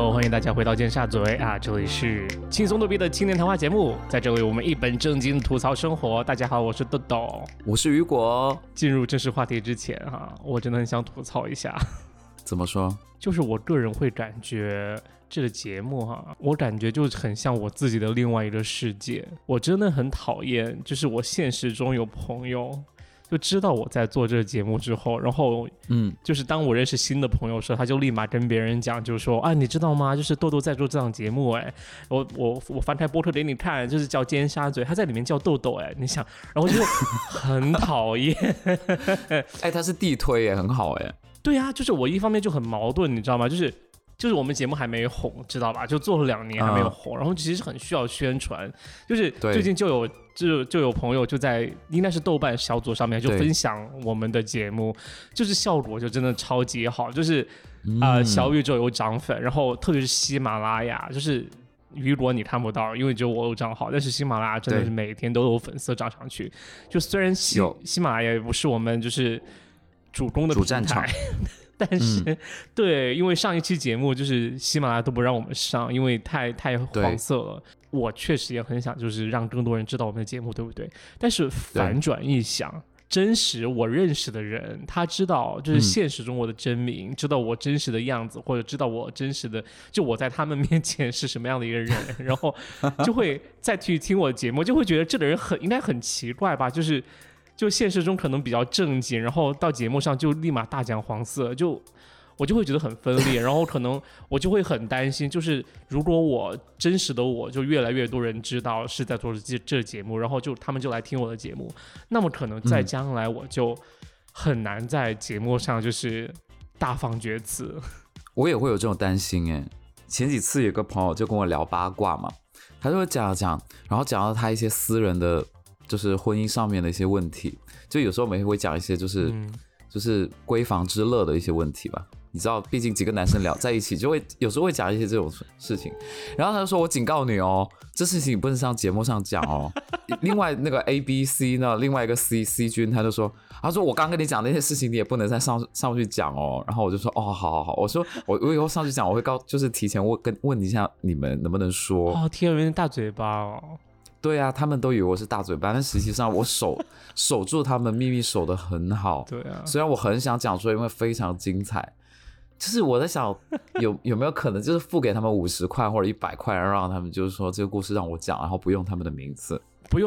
Hello， 欢迎大家回到尖沙咀啊！这里是轻松逗比的青年谈话节目，在这里我们一本正经吐槽生活。大家好，我是豆豆， 我是雨果。 进入正式话题之前我真的很想吐槽一下。 怎么说？ 就是我个人会感觉这个节目我感觉就很像我自己的另外一个世界。我真的很讨厌，就是我现实中有朋友就知道我在做这个节目之后，然后就是当我认识新的朋友的时候，他就立马跟别人讲，就是说你知道吗？就是豆豆在做这档节目我翻开播客给你看，就是叫尖沙咀，他在里面叫豆豆你想，然后就很讨厌。 他是地推很好对啊，就是我一方面就很矛盾，你知道吗？就是我们节目还没红，知道吧？就做了2年还没有红，然后其实很需要宣传。就是最近就有朋友就在应该是豆瓣小组上面就分享我们的节目，就是效果就真的超级好，就是小宇宙有涨粉，然后特别是喜马拉雅，就是雨果你看不到，因为只有我有账号，但是喜马拉雅真的是每天都有粉丝涨上去。就虽然喜马拉雅也不是我们就是主攻的平台，主战场。但是对，因为上一期节目就是喜马拉雅都不让我们上，因为太黄色了。我确实也很想就是让更多人知道我们的节目，对不对？但是反转一想，真实我认识的人，他知道就是现实中我的真名，知道我真实的样子，或者知道我真实的就我在他们面前是什么样的一个人，然后就会再去听我的节目，就会觉得这个人应该很奇怪吧，就现实中可能比较正经，然后到节目上就立马大讲黄色，我就会觉得很分裂，然后可能我就会很担心，就是如果我真实的我就越来越多人知道是在做这节目，然后他们就来听我的节目，那么可能在将来我就很难在节目上就是大放厥词。 我也会有这种担心前几次有个朋友就跟我聊八卦嘛，他就会讲，然后讲到他一些私人的就是婚姻上面的一些问题，就有时候我们会讲一些就是闺房之乐的一些问题吧。你知道，毕竟几个男生聊在一起，就会有时候会讲一些这种事情。然后他就说：“我警告你这事情你不能上节目上讲另外那个 A、B、C 呢，另外一个 C 君他就说：“我刚跟你讲那些事情，你也不能再上去讲然后我就说：“好。”我说：“我以后上去讲，我会就是提前问一下你们能不能说。” 天啊，有点大嘴巴对啊，他们都以为我是大嘴巴，但实际上我守住他们秘密守得很好。 对啊， 虽然我很想讲说，因为非常精彩，就是我在想有没有可能就是付给他们50块或者100块，然后让他们就是说这个故事让我讲，然后不用他们的名字，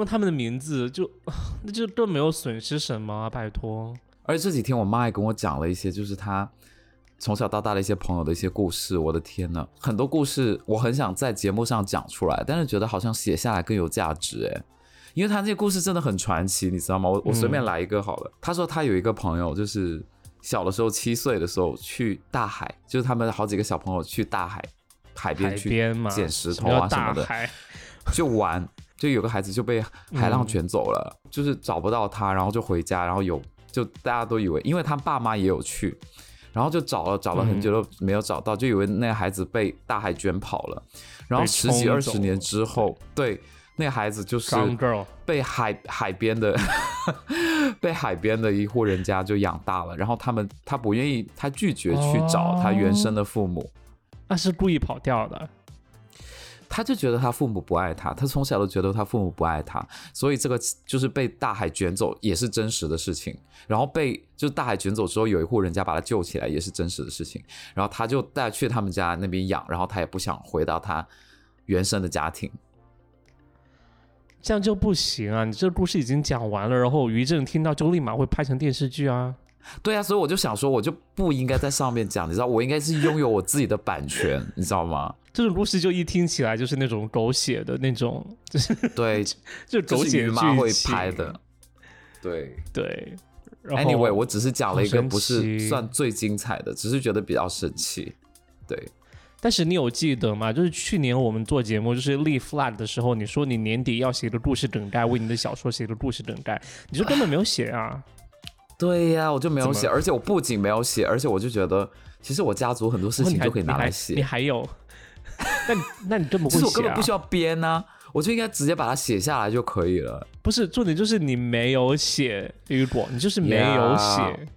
那就更没有损失什么拜托。 而且这几天我妈也跟我讲了一些，就是她从小到大的一些朋友的一些故事，我的天哪，很多故事我很想在节目上讲出来，但是觉得好像写下来更有价值因为他这些故事真的很传奇，你知道吗？我随便来一个好了。他说他有一个朋友，就是小的时候7岁的时候去大海，就是他们好几个小朋友去大海边去捡石头什么的，就玩，就有个孩子就被海浪卷走了，就是找不到他，然后就回家，然后就大家都以为，因为他爸妈也有去。然后就找了很久都没有找到，就以为那个孩子被大海卷跑了。然后10几20年之后，对，那个孩子就是被海边的被海边的一户人家就养大了。然后他不愿意，他拒绝去找他原生的父母， 那是故意跑掉的。 他就觉得他父母不爱他，他从小都觉得他父母不爱他，所以这个就是被大海卷走也是真实的事情。然后就是大海卷走之后，有一户人家把他救起来也是真实的事情。然后他就带去他们家那边养，然后他也不想回到他原生的家庭。 这样就不行啊！你这个故事已经讲完了，然后于正听到就立马会拍成电视剧啊。 对啊，所以我就想说，我就不应该在上面讲，你知道，我应该是拥有我自己的版权，你知道吗？ 这种故事就一听起来就是那种狗血的那种，就是对， 就狗血剧情， 妈会拍的，对。Anyway， 我只是讲了一个不是算最精彩的，只是觉得比较神奇，对。 但是你有记得吗？就是去年我们做节目就是立 flag 的时候，你说你年底要写一个故事梗概，为你的小说写一个故事梗概，你就根本没有写啊。 对呀，我就没有写，而且我不仅没有写，而且我就觉得，其实我家族很多事情就可以拿来写。 你还有？那你根本不会写啊？ 其实我根本不需要编啊，我就应该直接把它写下来就可以了。 不是，重点就是你没有写雨果，你就是没有写。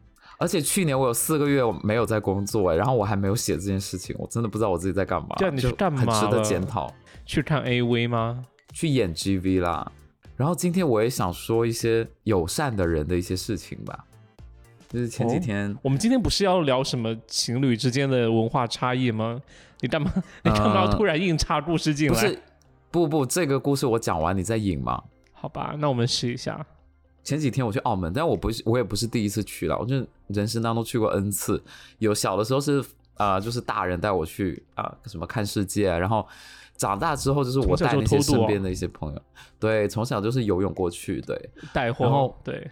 而且去年我有4个月没有在工作然后我还没有写这件事情，我真的不知道我自己在干嘛。 这样你是干嘛了？ 很值得检讨。 去看 AV 吗？ 去演 GV 啦。然后今天我也想说一些友善的人的一些事情吧。就是前几天， 我们今天不是要聊什么情侣之间的文化差异吗？你干嘛要突然硬插故事进来？ 不是，不，这个故事我讲完你再引嘛。 好吧，那我们试一下。 前几天我去澳门，但我也不是第一次去了，我就人生当中去过 N 次。有小的时候是就是大人带我去什么看世界然后长大之后就是我带那些身边的一些朋友，对，从小就是游泳过去，对， 带货， 然后对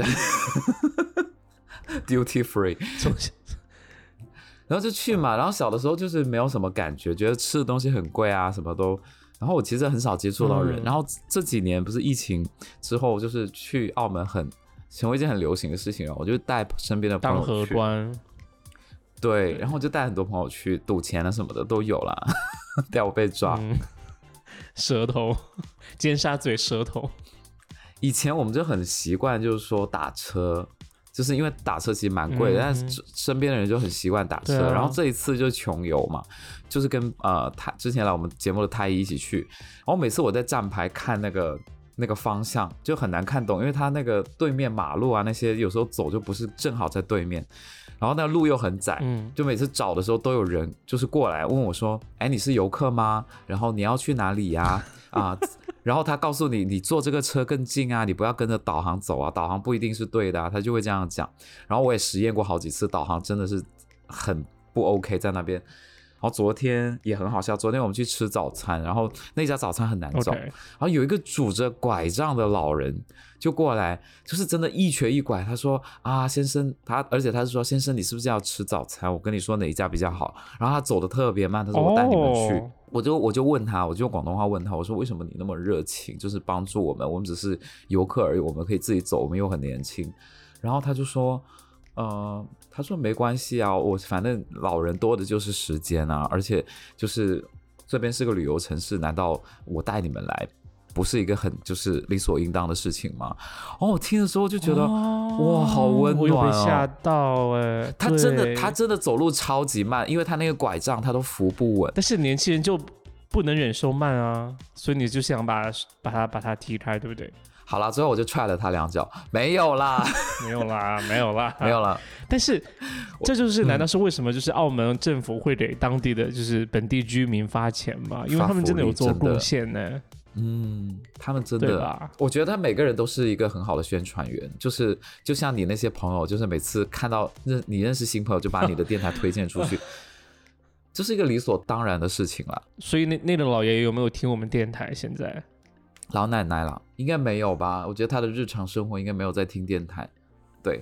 ，duty free， 然后就去嘛，然后小的时候就是没有什么感觉，觉得吃的东西很贵什么都。然后我其实很少接触到人，然后这几年不是疫情之后，就是去澳门成为一件很流行的事情我就带身边的朋友去当荷官， 对，然后就带很多朋友去赌钱什么的都有啦，带我被抓， 舌头，尖沙咀舌头。以前我们就很习惯，就是说打车。就是因为打车其实蛮贵的，但是身边的人就很习惯打车。然后这一次就穷游嘛，就是跟之前来我们节目的太一起去。然后每次我在站牌看那个方向就很难看懂，因为他那个对面马路那些有时候走就不是正好在对面，然后那个路又很窄，就每次找的时候都有人就是过来问我说：“哎，你是游客吗？然后你要去哪里呀？”然后他告诉你，你坐这个车更近你不要跟着导航走导航不一定是对的他就会这样讲。然后我也实验过好几次，导航真的是很不 OK 在那边。然后昨天也很好笑，昨天我们去吃早餐，然后那家早餐很难找，然后有一个拄着拐杖的老人就过来，就是真的一瘸一拐，他说先生，而且他是说先生你是不是要吃早餐，我跟你说哪一家比较好。然后他走得特别慢，他说我带你们去。我就问他，我就用广东话问他，我说为什么你那么热情，就是帮助我们只是游客而已，我们可以自己走，我们又很年轻。然后他就说他说没关系我反正老人多的就是时间而且就是这边是个旅游城市，难道我带你们来不是一个很就是理所应当的事情吗？我听的时候就觉得哇好温暖我有被吓到他真的走路超级慢，因为他那个拐杖他都扶不稳， 但是年轻人就不能忍受慢所以你就想把他踢开，对不对？ 好啦，最后我就踹了他2脚，没有啦没有啦。但是这就是难道是为什么就是澳门政府会给当地的就是本地居民发钱吗？因为他们真的有做贡献呢。 他们真的，我觉得他每个人都是一个很好的宣传员，就像你那些朋友，就是每次看到你认识新朋友就把你的电台推荐出去这是一个理所当然的事情啦。 所以那个老爷爷有没有听我们电台？现在老奶奶啦，应该没有吧？我觉得他的日常生活应该没有在听电台。对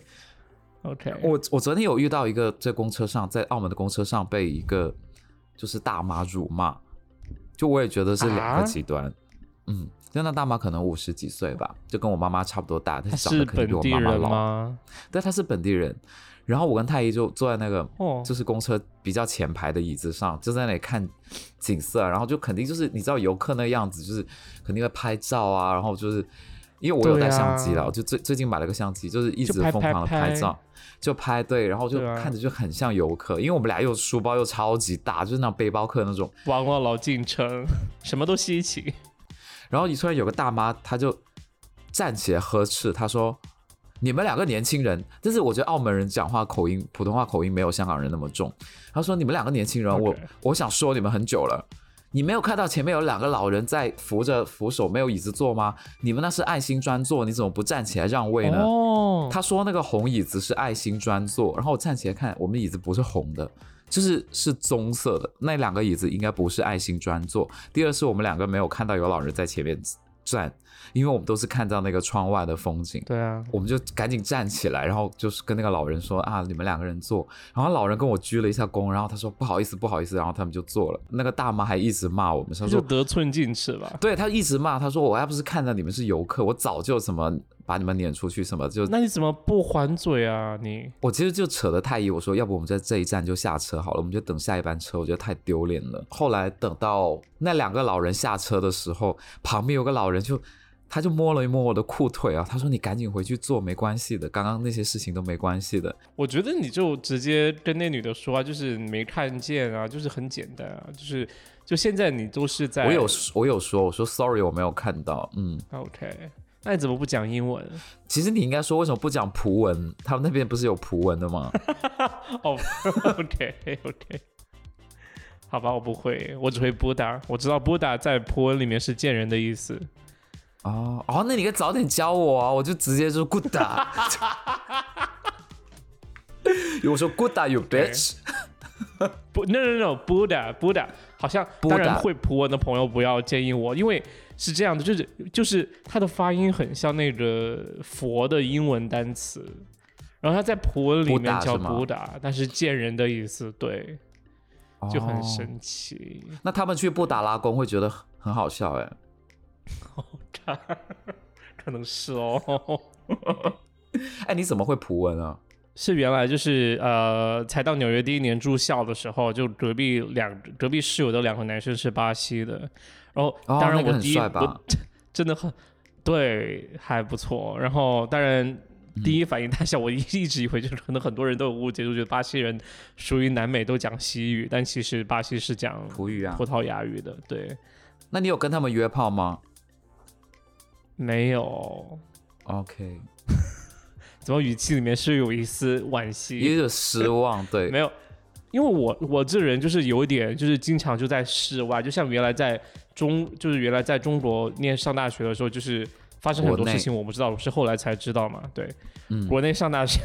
，OK， 我昨天有遇到一个在公车上，在澳门的公车上被一个就是大妈辱骂，就我也觉得是2个极端。就那大妈可能50几岁吧，就跟我妈妈差不多大，但是长得肯定比我妈妈老。 吗？ 对，她是本地人。然后我跟太医就坐在那个就是公车比较前排的椅子上，就在那里看景色，然后就肯定就是你知道游客那个样子，就是肯定会拍照然后就是因为我有带相机了，我就最近买了个相机，就是一直疯狂的拍照，就拍对，然后就看着就很像游客，因为我们俩又书包又超级大，就是那种背包客那种。 王老进城，什么都稀奇。 然后突然有个大妈，她就站起来呵斥，她说：“你们2个年轻人，但是我觉得澳门人讲话口音，普通话口音没有香港人那么重。他说你们2个年轻人，我想说你们很久了，你没有看到前面有2个老人在扶着扶手，没有椅子坐吗？你们那是爱心专座，你怎么不站起来让位呢？”他说那个红椅子是爱心专座，然后我站起来看，我们椅子不是红的。是棕色的，那2个椅子应该不是爱心专座。第二是我们2个没有看到有老人在前面站，因为我们都是看到那个窗外的风景。 对啊， 我们就赶紧站起来，然后就是跟那个老人说你们2个人坐。然后老人跟我鞠了一下躬，然后他说不好意思，然后他们就坐了。那个大妈还一直骂我们，他说就得寸进尺吧。 对，他一直骂，他说我要不是看到你们是游客，我早就什么把你们撵出去什么。就那你怎么不还嘴啊你？ 我其实就扯得太医，我说要不我们在这一站就下车好了，我们就等下一班车，我觉得太丢脸了。后来等到那2个老人下车的时候，旁边有个老人他就摸了一摸我的裤腿啊，他说你赶紧回去做，没关系的，刚刚那些事情都没关系的。 我觉得你就直接跟那女的说啊，就是没看见啊，就是很简单啊，就现在你都是在我有说，我说 sorry 我没有看到。 OK， 那你怎么不讲英文？ 其实你应该说为什么不讲葡文，他们那边不是有葡文的吗？ OK， 好吧，我不会，我只会 Buddha， 我知道 Buddha 在葡文里面是贱人的意思。 那你可以早点教我啊，我就直接说 Buddha。我说 Buddha you bitch。 No Buddha， 好像当然会葡文的朋友不要建议我，因为是这样的，就是它的发音很像那个佛的英文单词，然后它在葡文里面叫 Buddha， 但是贱人的意思，对。就很神奇。 那他们去布达拉宫会觉得很好笑哎。 可能是哦。 哎，你怎么会葡文啊？ 是原来就是才到纽约第一年住校的时候，就隔壁室友的2个男生是巴西的，然后当然我第一、我真的很对还不错，然后当然。第一反应太小，我一直以为就是可能很多人都有误解，就觉得巴西人属于南美都讲西语，但其实巴西是讲葡语啊， 葡萄牙语的。对， 那你有跟他们约炮吗？ 没有。 OK， 怎么语气里面是有一丝惋惜， 也有失望？对， 没有，因为我这人就是有一点，就是经常就在室外，就像原来在中国上大学的时候，就是发生很多事情我不知道，我是后来才知道嘛。对，国内上大学，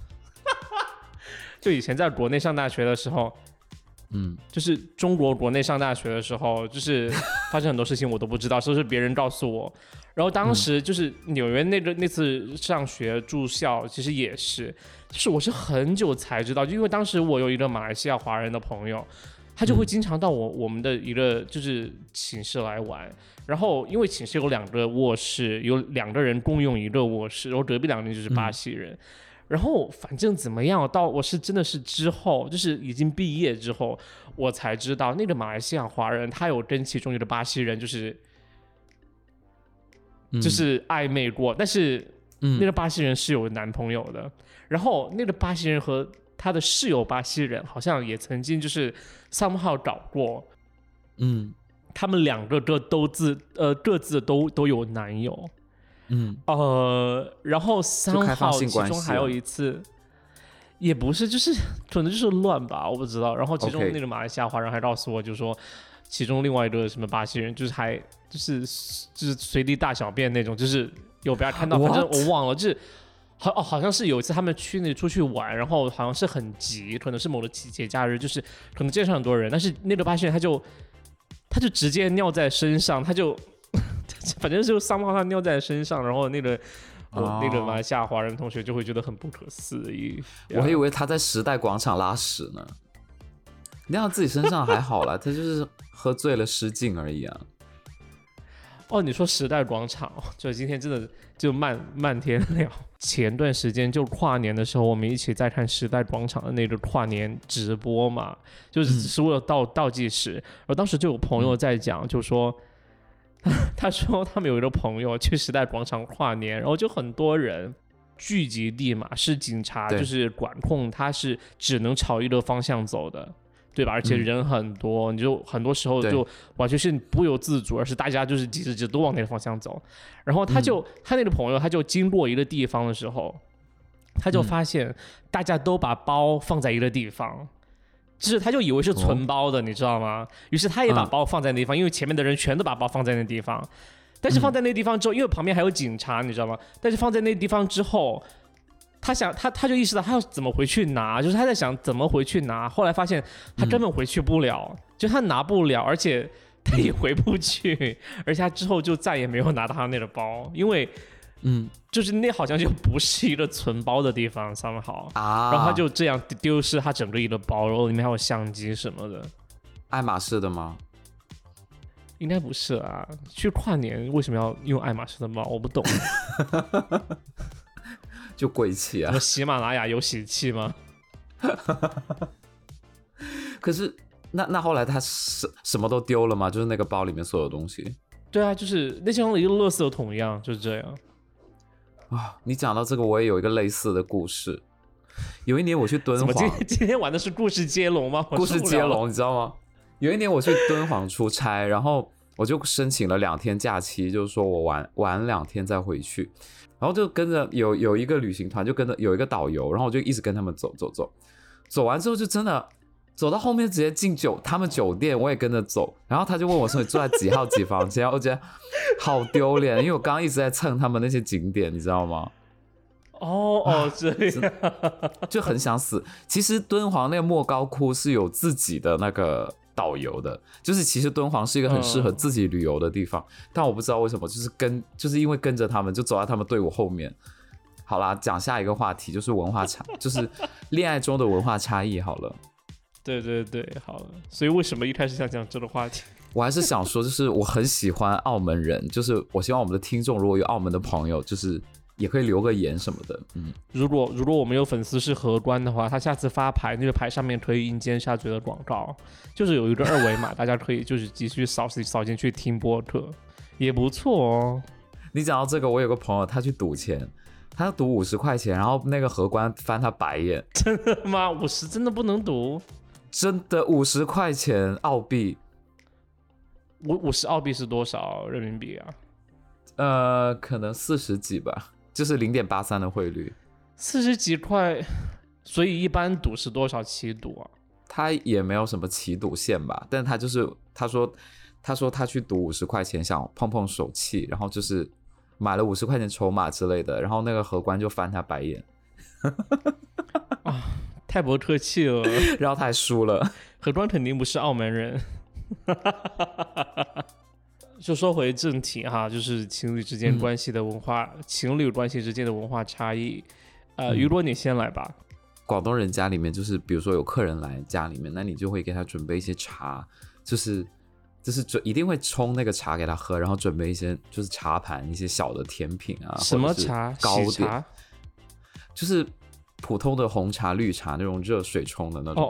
就以前在国内上大学的时候，就是中国国内上大学的时候，就是发生很多事情我都不知道，都是别人告诉我。然后当时就是纽约那次上学住校，其实也是，就是我是很久才知道，就因为当时我有一个马来西亚华人的朋友，他就会经常到我们的一个就是寝室来玩，然后因为寝室有2个卧室，有2个人共用一个卧室，然后隔壁2个人就是巴西人。然后反正怎么样，到我是真的是之后，就是已经毕业之后，我才知道那个马来西亚华人他有跟其中一个巴西人就是暧昧过，但是那个巴西人是有男朋友的，然后那个巴西人和他的室友巴西人好像也曾经就是 somehow 找过，他们2个各自都有男友。然后somehow其中还有一次，也不是，就是可能就是乱吧，我不知道。然后其中那个马来西亚华人还告诉我，就说其中另外一个什么巴西人，就是还就是随地大小便那种，就是有被他看到，反正我忘了，就是好像是有一次他们出去玩，然后好像是很急，可能是某个节假日，就是可能街上很多人，但是那个巴西人他就直接尿在身上，他就。反正就桑泡他尿在身上，然后那个马来西亚华人同学就会觉得很不可思议。 我还以为他在时代广场拉屎呢，尿自己身上还好啦，他就是喝醉了失禁而已啊。 你说时代广场，就今天真的就漫天聊。前段时间就跨年的时候，我们一起在看时代广场的那个跨年直播嘛，就是只是为了倒计时。然后当时就有朋友在讲，就说。他说他们有一个朋友去时代广场跨年，然后就很多人聚集地嘛，是警察就是管控，他是只能朝一个方向走的，对吧？而且人很多，你就很多时候就完全是不由自主，而是大家就是挤着都往那个方向走。然后他那个朋友他就经过一个地方的时候，他就发现大家都把包放在一个地方。就是他就以为是存包的，你知道吗？于是他也把包放在那地方，因为前面的人全都把包放在那地方。但是放在那地方之后，因为旁边还有警察，你知道吗？但是放在那地方之后，他就意识到他要怎么回去拿，就是他在想怎么回去拿。后来发现他根本回去不了，就他拿不了，而且他也回不去，而且他之后就再也没有拿到他那个包，因为。就是那好像就不是一个存包的地方，somehow然后他就这样丢失他整个一个包，然后里面还有相机什么的。 爱马仕的吗？ 应该不是啊，去跨年为什么要用爱马仕的包？我不懂。 就贵气啊！ 喜马拉雅有喜气吗？ 可是那后来他什么都丢了吗？就是那个包里面所有东西。 对啊，就是那像一个垃圾桶一样，就是这样。 啊，你讲到这个，我也有一个类似的故事。有一年我去敦煌， 今天玩的是故事接龙吗？ 故事接龙，你知道吗？有一年我去敦煌出差，然后我就申请了2天假期，就是说我玩2天再回去，然后就跟着有一个旅行团，就跟着有一个导游，然后我就一直跟他们走完之后就真的走到后面直接进他们酒店，我也跟着走，然后他就问我说你住在几号几房间，我觉得好丢脸，因为我刚刚一直在蹭他们那些景点，你知道吗？ 这样就很想死。其实敦煌那个莫高窟是有自己的那个导游的，就是其实敦煌是一个很适合自己旅游的地方，但我不知道为什么就是因为跟着他们就走在他们队伍后面。好啦，讲下一个话题就是文化差，就是恋爱中的文化差异好了。 对对对，好了，所以为什么一开始想讲这个话题？ 我还是想说，就是我很喜欢澳门人，就是我希望我们的听众如果有澳门的朋友，就是也可以留个言什么的。 如果我们有粉丝是荷官的话，他下次发牌，那个牌上面可以印尖沙咀的广告，就是有一个2维码，大家可以就是继续扫进去听播客，也不错哦。 你讲到这个，我有个朋友他去赌钱，他赌50块钱，然后那个荷官翻他白眼。 真的吗？50真的不能赌？ 真的50块钱澳币 ，50澳币是多少人民币啊？ 可能40几吧，就是 0.83 的汇率。 40几块，所以一般赌是多少起赌啊？ 他也没有什么起赌线吧，但他就是他说他去赌50块钱，想碰碰手气，然后就是买了50块钱筹码之类的，然后那个荷官就翻他白眼。 太不客气了， 然后他还输了。 荷官肯定不是澳门人。就说回正题哈，就是情侣之间关系的文化，情侣关系之间的文化差异。雨果你先来吧。 广东人家里面就是，比如说有客人来家里面，那你就会给他准备一些茶，就是一定会冲那个茶给他喝，然后准备一些就是茶盘，一些小的甜品啊。 什么茶？ 糕点？ 喜茶？ 就是普通的红茶、绿茶那种热水冲的那种。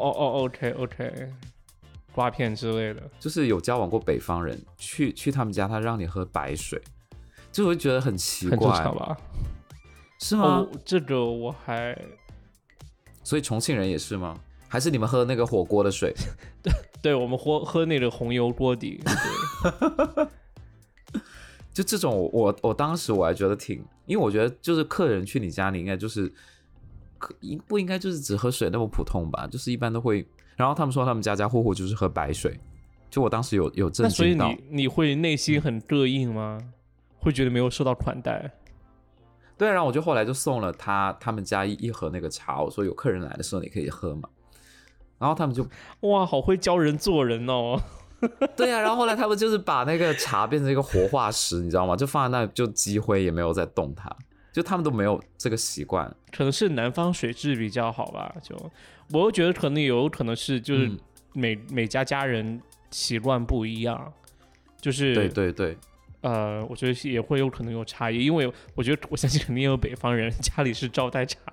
OK， 刮片之类的。就是有交往过北方人，去他们家，他让你喝白水，就会觉得很奇怪。 很正常吧？ 是吗？ 这个我还…… 所以重庆人也是吗？还是你们喝那个火锅的水？ 对，我们喝那个红油锅底。对。 就这种我当时我还觉得因为我觉得就是客人去你家里应该就是不应该就是只喝水那么普通吧，就是一般都会，然后他们说他们家户户就是喝白水，就我当时有震惊到。 那所以你会内心很膈应吗？会觉得没有受到款待？ 对，然后我就后来就送了他们家一盒那个茶，我说有客人来的时候你可以喝嘛，然后他们就哇，好会教人做人哦。 对啊，然后后来他们就是把那个茶变成一个活化石，你知道吗？就放在那就积灰，也没有再动它，就他们都没有这个习惯。 可能是南方水质比较好吧，我又觉得可能有可能是就是每家人习惯不一样，就是对， 我觉得也会有可能有差异，因为我相信肯定有北方人家里是招待茶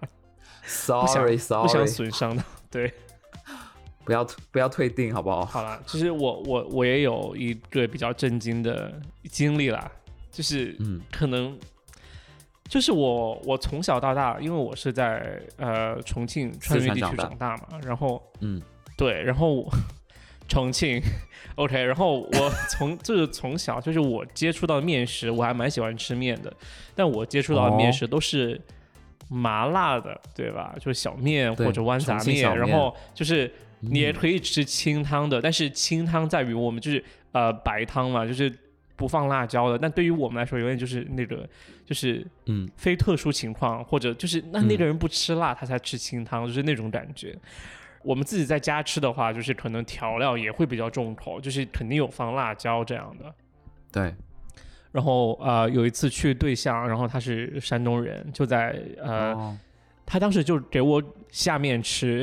，sorry， 不想损伤的，对。 不要退订好不好？ 好啦，其实我也有一个比较震惊的经历啦，就是可能就是我从小到大，因为我是在重庆川渝地区长大嘛，然后对，然后重庆 OK， 然后我从小就是我接触到的面食，我还蛮喜欢吃面的，但我接触到的面食都是麻辣的，对吧？就是小面或者豌杂面，然后就是你也可以吃清汤的，但是清汤在于我们就是白汤嘛，就是不放辣椒的。但对于我们来说，有点就是那个就是非特殊情况，或者就是那个人不吃辣，他才吃清汤，就是那种感觉。我们自己在家吃的话，就是可能调料也会比较重口，就是肯定有放辣椒这样的。 对。 然后有一次去对象，然后他是山东人，就在他当时就给我下面吃。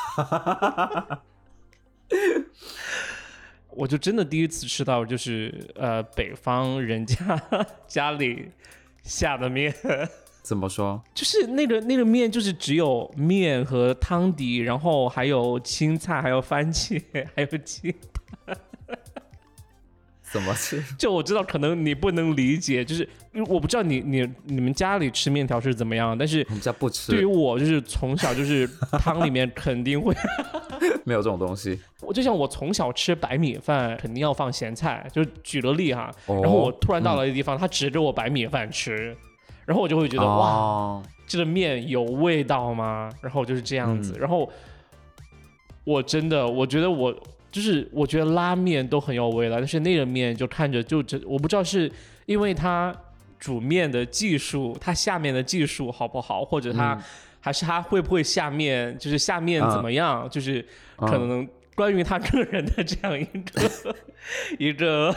我就真的第一次吃到就是北方人家里下的面。 怎么说？ 就是那个面就是只有面和汤底，然后还有青菜，还有番茄，还有鸡蛋。 怎么吃？ 就我知道可能你不能理解，就是我不知道你们家里吃面条是怎么样，但是我们家不吃。 对于我就是从小就是汤里面肯定会没有这种东西。 我就像我从小吃白米饭肯定要放咸菜，就举个例哈，然后我突然到了一个地方，他指着我白米饭吃，然后我就会觉得哇，这个面有味道吗？然后就是这样子，然后我觉得拉面都很有味道，但是那个面就看着我不知道是因为它煮面的技术，它下面的技术好不好，或者它还是它会不会下面，就是下面怎么样，就是可能关于他个人的这样一个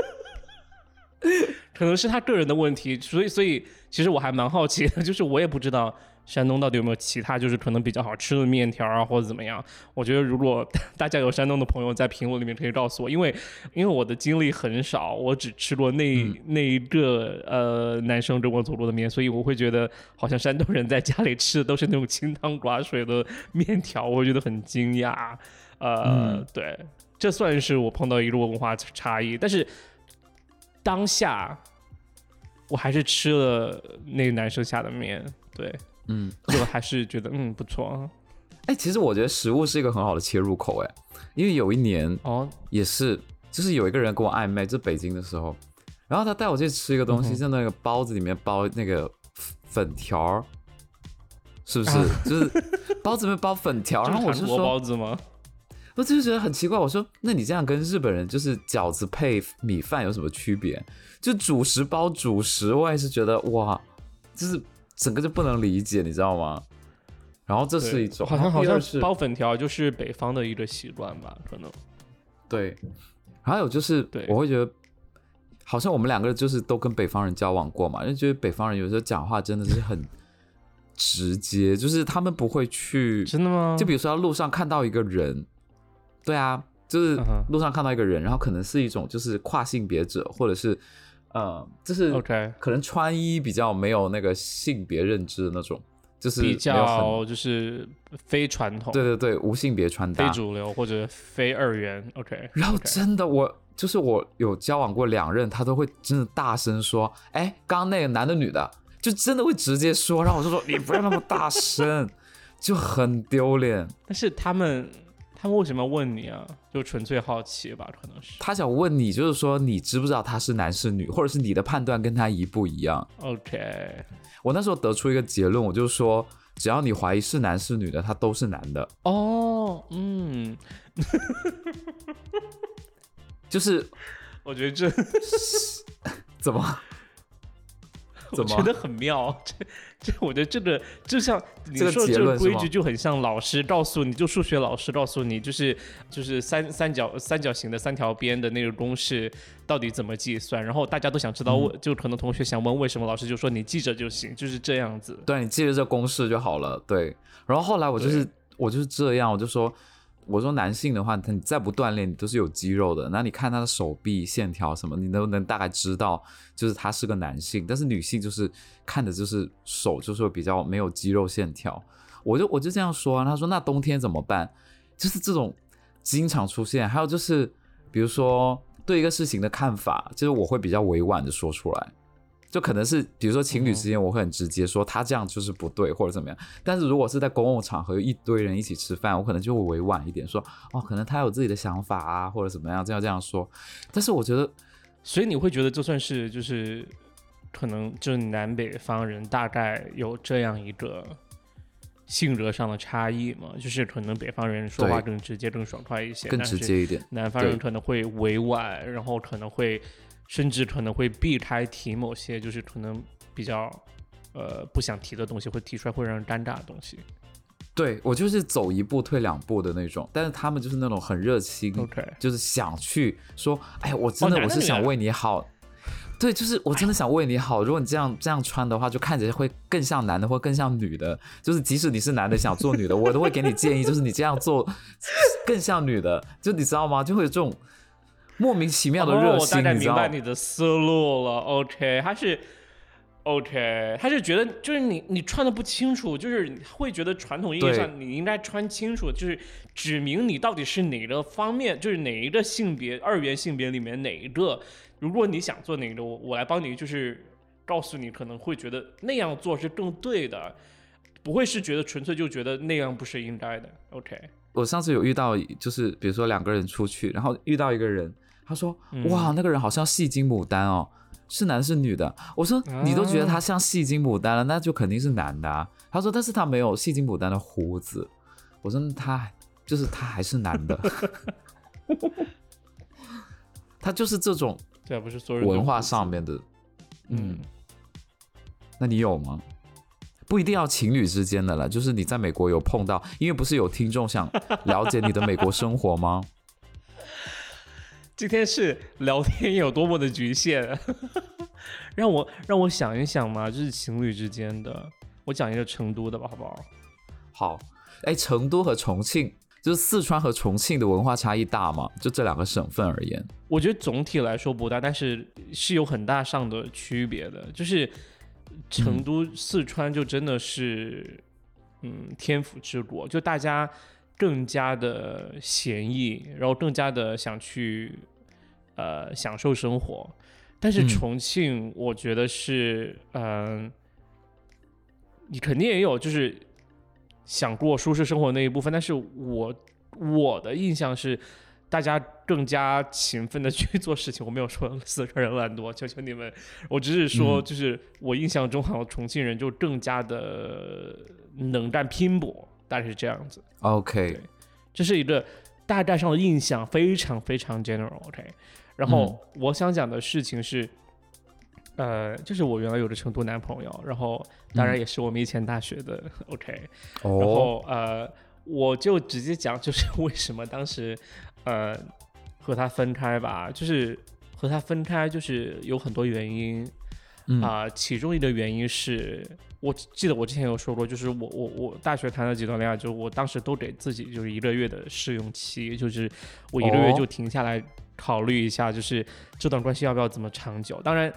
可能是他个人的问题，所以其实我还蛮好奇的，就是我也不知道山东到底有没有其他就是可能比较好吃的面条啊，或者怎么样。我觉得如果大家有山东的朋友在评论里面可以告诉我，因为我的经历很少，我只吃过那一个男生跟我做过的面，所以我会觉得好像山东人在家里吃的都是那种清汤寡水的面条，我会觉得很惊讶。对，这算是我碰到一个文化差异，但是当下我还是吃了那个男生下的面，对，就还是觉得不错。 其实我觉得食物是一个很好的切入口，因为有一年也是，就是有一个人跟我暧昧，就北京的时候，然后他带我去吃一个东西，就那个包子里面包那个粉条，是不是？就是包子里面包粉条，然后我就说包子吗？ 我就觉得很奇怪，我说那你这样跟日本人就是饺子配米饭有什么区别？就主食包主食，我也是觉得哇，就是整个就不能理解，你知道吗？然后这是一种， 好像是包粉条就是北方的一个习惯吧，可能。 对，还有就是我会觉得，好像我们两个就是都跟北方人交往过嘛，就觉得北方人有时候讲话真的是很直接，就是他们不会去， 真的吗？ 就比如说路上看到一个人。对啊，就是路上看到一个人，然后可能是一种就是跨性别者，或者是就是可能穿衣比较没有那个性别认知的那种，就是比较就是非传统， 对对对，无性别穿搭， 非主流或者非二元。OK， 然后真的我有交往过2任，他都会真的大声说，刚刚那个男的女的，就真的会直接说，然后我就说你不要那么大声，就很丢脸。 但是他们为什么要问你啊？就纯粹好奇吧，可能是。 他想问你，就是说你知不知道他是男是女，或者是你的判断跟他一不一样 ？OK， 我那时候得出一个结论，我就说，只要你怀疑是男是女的，他都是男的。就是我觉得这怎么？ 我觉得很妙，我觉得这个就像你说的这个规矩就很像老师告诉你，就数学老师告诉你，就是三角形的3条边的那个公式到底怎么计算，然后大家都想知道，就可能同学想问为什么，老师就说你记着就行，就是这样子。 对，你记着这公式就好了。对，然后后来我就是这样，我说男性的话，你再不锻炼，你都是有肌肉的。那你看他的手臂线条什么，你都能大概知道，就是他是个男性。但是女性就是看的就是手，就是比较没有肌肉线条。我就这样说啊。他说那冬天怎么办？就是这种经常出现。还有就是，比如说对一个事情的看法，就是我会比较委婉的说出来。就可能是比如说情侣之间，我会很直接说他这样就是不对或者怎么样。但是如果是在公共场合有一堆人一起吃饭，我可能就会委婉一点说，可能他有自己的想法啊，或者怎么样，这样说。但是我觉得， 所以你会觉得就算是就是可能就是南北方人大概有这样一个性格上的差异嘛，就是可能北方人说话更直接更爽快一些， 更直接一点， 南方人可能会委婉，然后可能会甚至可能会避开提某些就是可能比较不想提的东西，会提出来会让人尴尬的东西。 对，我就是走一步退2步的那种，但是他们就是那种很热心，就是想去说，我真的我是想为你好。对，就是我真的想为你好。如果你这样穿的话，就看起来会更像男的或更像女的。就是即使你是男的想做女的，我都会给你建议，就是你这样做更像女的。就你知道吗？就会有这种莫名其妙的热心。 我大概明白你的思路了。OK， 他是 OK， 他是觉得就是你穿的不清楚，就是会觉得传统意义上你应该穿清楚，就是指明你到底是哪个方面，就是哪一个性别二元性别里面哪一个。如果你想做哪个，我来帮你，就是告诉你可能会觉得那样做是更对的，不会是觉得纯粹就觉得那样不是应该的。OK， 我上次有遇到，就是比如说2个人出去，然后遇到一个人，他说：“哇，那个人好像戏精牡丹哦。”是男是女的？我说你都觉得他像戏精牡丹了，那就肯定是男的啊。他说但是他没有戏精牡丹的胡子。我说他还是男的。他就是这种对啊，不是所有人文化上面的。那你有吗？不一定要情侣之间的啦，就是你在美国有碰到，因为不是有听众想了解你的美国生活吗？ 今天是聊天有多么的局限。让我想一想嘛，就是情侣之间的，我讲一个成都的吧，好不好？ 好，成都和重庆，就是四川和重庆的文化差异大吗？就这2个省份而言， 我觉得总体来说不大，但是有很大上的区别的。就是成都、四川就真的是，天府之国，就大家更加的闲逸，然后更加的想去享受生活。但是重庆我觉得是你肯定也有就是想过舒适生活那一部分，但是我的印象是大家更加勤奋的去做事情。我没有说四川人懒惰，求求你们，我只是说就是我印象中好像重庆人就更加的能干拼搏，大概是这样子。 OK， 这是一个大概上的印象，非常非常 general。 OK， 然后我想讲的事情是就是我原来有个成都男朋友，然后当然也是我们以前大学的。OK， 然后我就直接讲就是为什么当时和他分开吧。就是和他分开就是有很多原因其中一个原因是我记得我之前有说过，就是我大学谈了几段恋爱，就是我当时都给自己就是1个月的试用期，就是我1个月就停下来考虑一下，就是这段关系要不要怎么长久。当然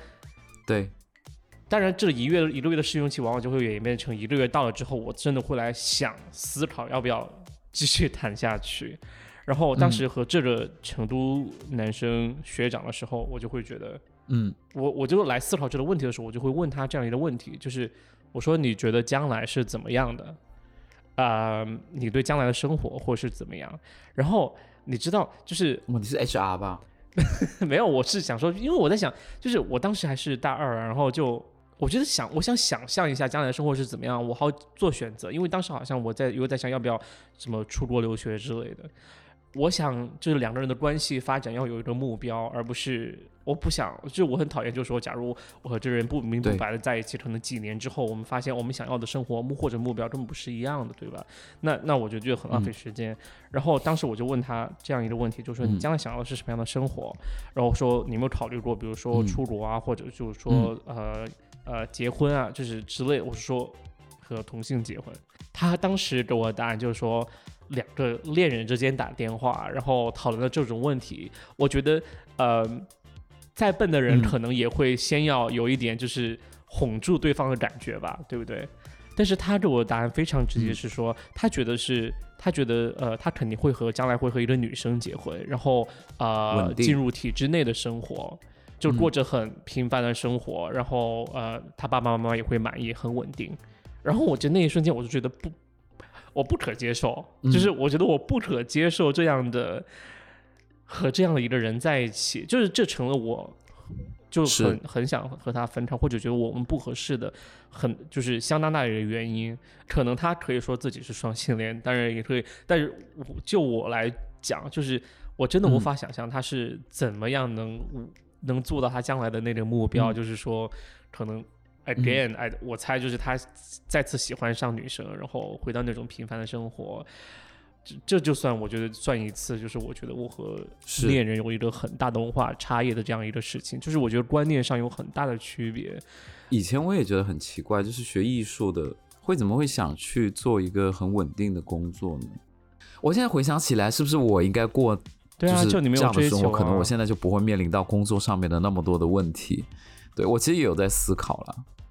这一个月的试用期往往就会演变成1个月到了之后，我真的会来思考要不要继续谈下去。然后当时和这个成都男生学长的时候，我就会觉得我就来思考这个问题的时候，我就会问他这样一个问题，就是我说你觉得将来是怎么样的你对将来的生活或是怎么样。然后你知道就是你是 HR 吧？ 没有，我是想说，因为我在想就是我当时还是大2，然后就我觉得我想想象一下将来的生活是怎么样，我好做选择。因为当时好像我在想要不要什么出国留学之类的。我想就是2个人的关系发展要有一个目标，而不是我不想，就是我很讨厌，就是说假如我和这个人不明不白的在一起，可能几年之后我们发现我们想要的生活或者目标根本不是一样的，对吧？那我就觉得很浪费时间。然后当时我就问他这样一个问题，就是说你将来想要的是什么样的生活？然后说你有没有考虑过比如说出国啊，或者就是说结婚啊，就是之类的。我是说和同性结婚。他当时给我的答案就是说2个恋人之间打电话，然后讨论了这种问题。我觉得再笨的人可能也会先要有一点就是哄住对方的感觉吧，对不对？但是他给我的答案非常直接，是说他觉得他肯定会将来会和一个女生结婚，然后进入体制内的生活，就过着很平凡的生活，然后他爸爸妈妈也会满意，很稳定。然后我觉得那一瞬间我就觉得我不可接受，就是我觉得我不可接受这样的和这样的一个人在一起，就是这成了我就很想和他分开，或者觉得我们不合适的就是相当大的一个原因。可能他可以说自己是双性恋，当然也可以，但是就我来讲，就是我真的无法想象他是怎么样能做到他将来的那个目标，就是说可能again，我猜就是他再次喜欢上女生，然后回到那种平凡的生活。这就算我觉得算一次，就是我觉得我和恋人有一个很大的文化差异的这样一个事情，就是我觉得观念上有很大的区别。 以前我也觉得很奇怪，就是学艺术的怎么会想去做一个很稳定的工作呢？我现在回想起来，是不是我应该过就是这样的生活，可能我现在就不会面临到工作上面的那么多的问题。对，我其实也有在思考啦。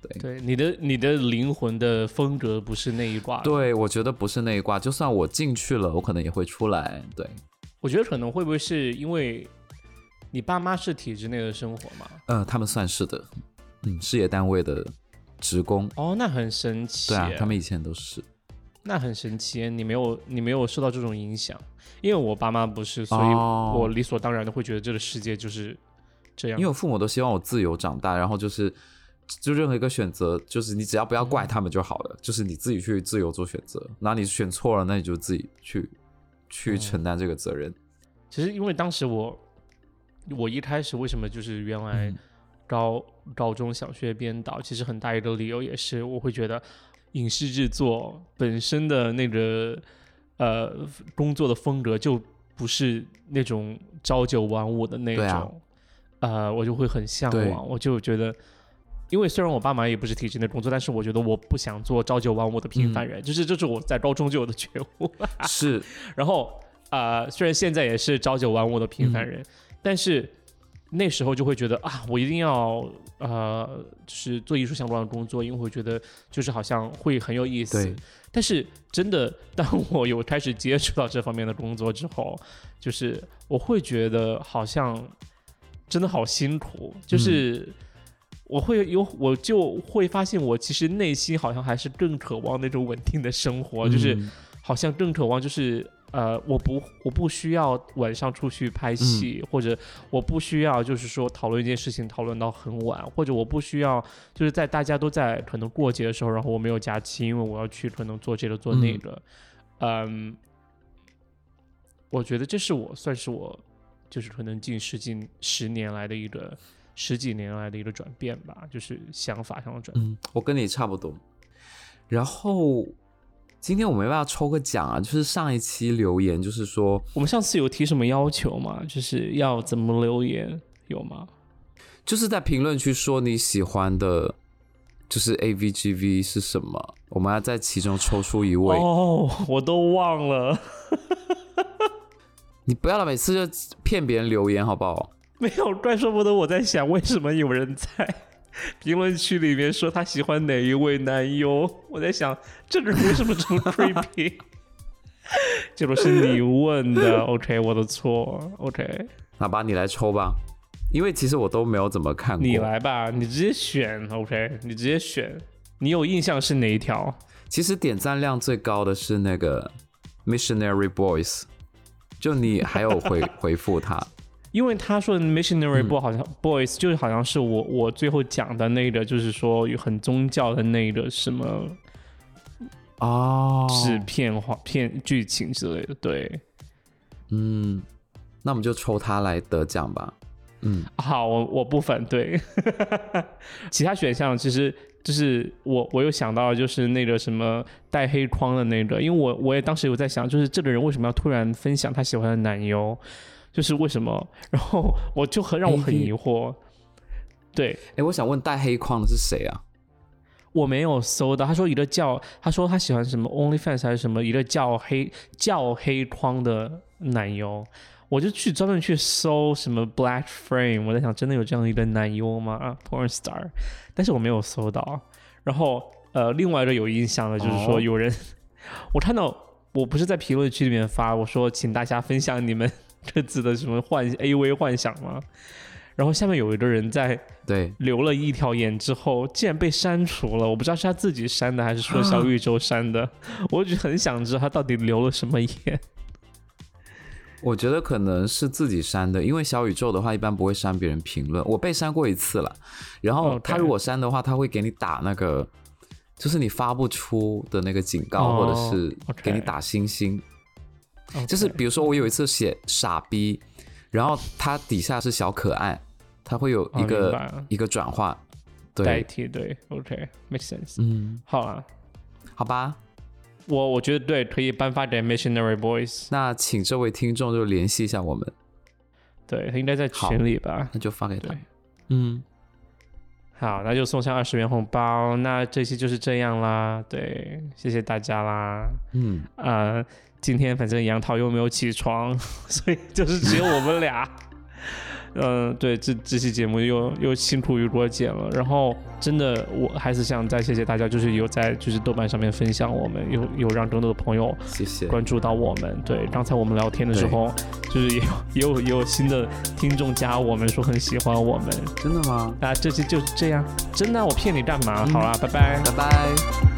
对， 你的灵魂的风格不是那一挂。 对，我觉得不是那一挂，就算我进去了，我可能也会出来。对， 我觉得可能会不会是因为你爸妈是体制内的生活嘛？ 他们算是的，事业单位的职工。 哦，那很神奇。 对啊，他们以前都是。 那很神奇，你没有受到这种影响，因为我爸妈不是，所以我理所当然的会觉得这个世界就是这样。 因为我父母都希望我自由长大，然后就任何一个选择，就是你只要不要怪他们就好了，就是你自己去自由做选择，然后你选错了，那你就自己去承担这个责任。 其实因为当时我一开始为什么就是原来高中想学编导，其实很大一个理由也是我会觉得影视制作本身的那个工作的风格就不是那种朝九晚五的那种，我就会很向往，我就觉得。因为虽然我爸妈也不是体制内工作，但是我觉得我不想做朝九晚五的平凡人，这是我在高中就有的觉悟。 是， 然后虽然现在也是朝九晚五的平凡人，但是那时候就会觉得我一定要就是做艺术相关的工作，因为我觉得就是好像会很有意思。但是真的，当我有开始接触到这方面的工作之后，就是我会觉得好像真的好辛苦，就是我就会发现我其实内心好像还是更渴望那种稳定的生活，就是好像更渴望就是我不需要晚上出去拍戏，或者我不需要就是说讨论一件事情讨论到很晚，或者我不需要就是在大家都在可能过节的时候，然后我没有假期，因为我要去可能做这个做那个。我觉得这是算是我就是可能近十年来的一个十几年来的一个转变吧，就是想法上的转变。 我跟你差不多。然后今天我们要不要抽个奖啊？就是上一期留言，就是说我们上次有提什么要求吗？就是要怎么留言有吗？ 就是在评论区说你喜欢的，就是 AVGV 是什么？我们要在其中抽出一位。 我都忘了。 你不要每次就骗别人留言好不好？ 没有，怪说不得我在想，为什么有人在评论区里面说他喜欢哪一位男优？我在想，这个人为什么这么 creepy？ 结果是你问的。OK， 我的错。OK， 好吧，你来抽吧，因为其实我都没有怎么看过。 你来吧，你直接选。OK， 你直接选。你有印象是哪一条？ 其实点赞量最高的是那个 Missionary Boys， 就你还有回复他。 因为他说的 missionary boys 就是好像是我最后讲的那个，就是说有很宗教的那个什么是骗剧情之类的。对， 那我们就抽他来得奖吧。 好，我不反对。其他选项其实就是我有想到就是那个什么带黑框的那个，因为我也当时有在想，就是这个人为什么要突然分享他喜欢的男优，就是为什么？然后我就让我很疑惑。对， 我想问带黑框的是谁啊？ 我没有搜到，他说他说他喜欢什么 OnlyFans 还是什么一个叫黑框的男优。我就专门去搜什么 Black Frame， 我在想真的有这样一个男优吗？Porn Star， 但是我没有搜到。然后另外一个有印象的就是说有人，我看到我不是在评论区里面发，我说请大家分享你们各自的什么AV 幻想吗？然后下面有一个人在留了一条言之后，竟然被删除了。我不知道是他自己删的，还是说小宇宙删的。我就很想知道他到底留了什么言。 我觉得可能是自己删的，因为小宇宙的话一般不会删别人评论。我被删过一次了，然后他如果删的话，他会给你打那个，就是你发不出的那个警告，或者是给你打星星。就是比如说我有一次写傻逼，然后他底下是小可爱，他会有一个转化代替。对 ，OK， make sense。好啊， 好吧。 我觉得对，可以颁发给 Missionary Boys。 那请这位听众就联系一下我们。 对，他应该在群里吧？ 那就发给他。 好，那就送上20元红包。那这期就是这样啦。对，谢谢大家啦。今天反正杨桃又没有起床，所以就是只有我们俩。 对，这期节目又辛苦于罗剪了，然后真的我还是想再谢谢大家，就是有在就是豆瓣上面分享我们，有让更多的朋友谢谢关注到我们。对，刚才我们聊天的时候，就是也有新的听众加我们说很喜欢我们。 真的吗？ 这期就这样，真的我骗你干嘛？好啦，拜拜， 拜拜。